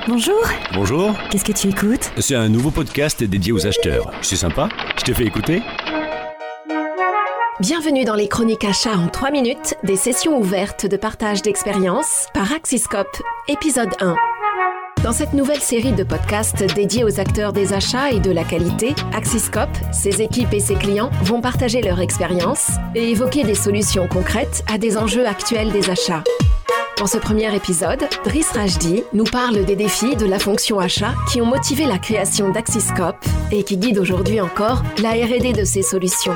Bonjour. Bonjour, Qu'est-ce que tu écoutes ? c'est un nouveau podcast dédié aux acheteurs. C'est sympa, je te fais écouter. Bienvenue dans les chroniques achats en 3 minutes, des sessions ouvertes de partage d'expériences par Axiscope, épisode 1. Dans cette nouvelle série de podcasts dédiés aux acteurs des achats et de la qualité, Axiscope, ses équipes et ses clients vont partager leur expérience et évoquer des solutions concrètes à des enjeux actuels des achats. Dans ce premier épisode, Driss Rachdi nous parle des défis de la fonction achat qui ont motivé la création d'Axiscope et qui guident aujourd'hui encore la R&D de ces solutions.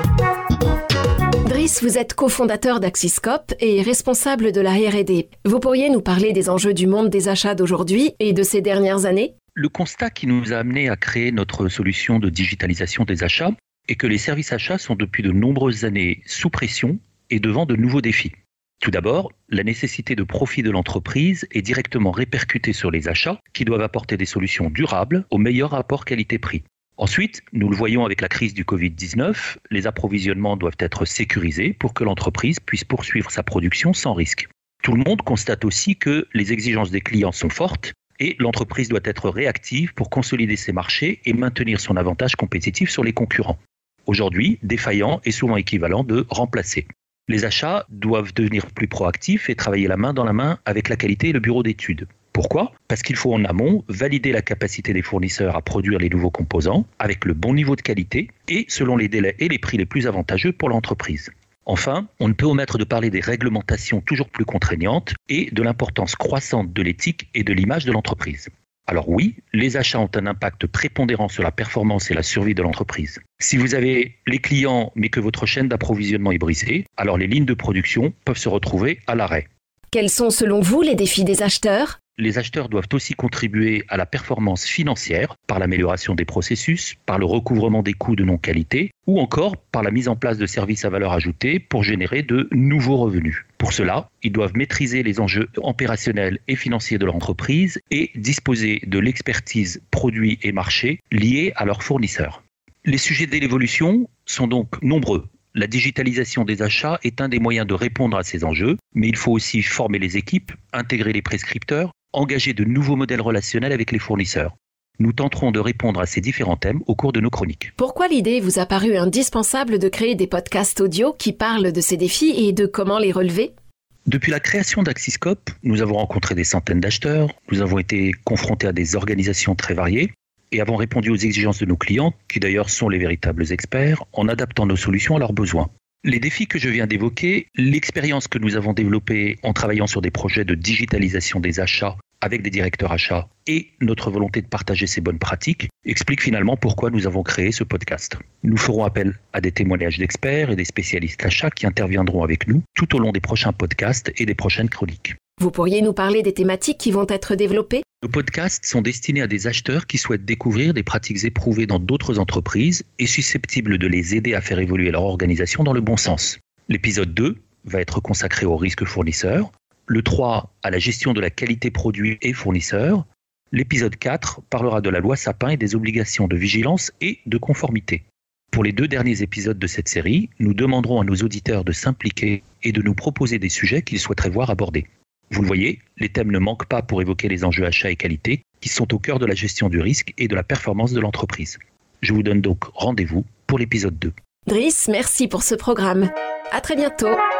Driss, vous êtes cofondateur d'Axiscope et responsable de la R&D. Vous pourriez nous parler des enjeux du monde des achats d'aujourd'hui et de ces dernières années ? Le constat qui nous a amené à créer notre solution de digitalisation des achats est que les services achats sont depuis de nombreuses années sous pression et devant de nouveaux défis. Tout d'abord, la nécessité de profit de l'entreprise est directement répercutée sur les achats qui doivent apporter des solutions durables au meilleur rapport qualité-prix. Ensuite, nous le voyons avec la crise du Covid-19, les approvisionnements doivent être sécurisés pour que l'entreprise puisse poursuivre sa production sans risque. Tout le monde constate aussi que les exigences des clients sont fortes et l'entreprise doit être réactive pour consolider ses marchés et maintenir son avantage compétitif sur les concurrents. Aujourd'hui, défaillant est souvent équivalent de remplacer. Les achats doivent devenir plus proactifs et travailler la main dans la main avec la qualité et le bureau d'études. Pourquoi ? Parce qu'il faut en amont valider la capacité des fournisseurs à produire les nouveaux composants avec le bon niveau de qualité et selon les délais et les prix les plus avantageux pour l'entreprise. Enfin, on ne peut omettre de parler des réglementations toujours plus contraignantes et de l'importance croissante de l'éthique et de l'image de l'entreprise. Alors oui, les achats ont un impact prépondérant sur la performance et la survie de l'entreprise. Si vous avez les clients mais que votre chaîne d'approvisionnement est brisée, alors les lignes de production peuvent se retrouver à l'arrêt. Quels sont selon vous les défis des acheteurs ? Les acheteurs doivent aussi contribuer à la performance financière par l'amélioration des processus, par le recouvrement des coûts de non-qualité ou encore par la mise en place de services à valeur ajoutée pour générer de nouveaux revenus. Pour cela, ils doivent maîtriser les enjeux opérationnels et financiers de l'entreprise et disposer de l'expertise produits et marchés liés à leurs fournisseurs. Les sujets de l'évolution sont donc nombreux. La digitalisation des achats est un des moyens de répondre à ces enjeux, mais il faut aussi former les équipes, intégrer les prescripteurs, engager de nouveaux modèles relationnels avec les fournisseurs. Nous tenterons de répondre à ces différents thèmes au cours de nos chroniques. Pourquoi l'idée vous a paru indispensable de créer des podcasts audio qui parlent de ces défis et de comment les relever ? Depuis la création d'Axiscope, nous avons rencontré des centaines d'acheteurs, nous avons été confrontés à des organisations très variées et avons répondu aux exigences de nos clients, qui d'ailleurs sont les véritables experts, en adaptant nos solutions à leurs besoins. Les défis que je viens d'évoquer, l'expérience que nous avons développée en travaillant sur des projets de digitalisation des achats avec des directeurs achats et notre volonté de partager ces bonnes pratiques expliquent finalement pourquoi nous avons créé ce podcast. Nous ferons appel à des témoignages d'experts et des spécialistes achats qui interviendront avec nous tout au long des prochains podcasts et des prochaines chroniques. Vous pourriez nous parler des thématiques qui vont être développées ? Nos podcasts sont destinés à des acheteurs qui souhaitent découvrir des pratiques éprouvées dans d'autres entreprises et susceptibles de les aider à faire évoluer leur organisation dans le bon sens. L'épisode 2 va être consacré aux risques fournisseurs, le 3 à la gestion de la qualité produit et fournisseurs, l'épisode 4 parlera de la loi Sapin et des obligations de vigilance et de conformité. Pour les 2 derniers épisodes de cette série, nous demanderons à nos auditeurs de s'impliquer et de nous proposer des sujets qu'ils souhaiteraient voir abordés. Vous le voyez, les thèmes ne manquent pas pour évoquer les enjeux achats et qualité qui sont au cœur de la gestion du risque et de la performance de l'entreprise. Je vous donne donc rendez-vous pour l'épisode 2. Driss, merci pour ce programme. À très bientôt.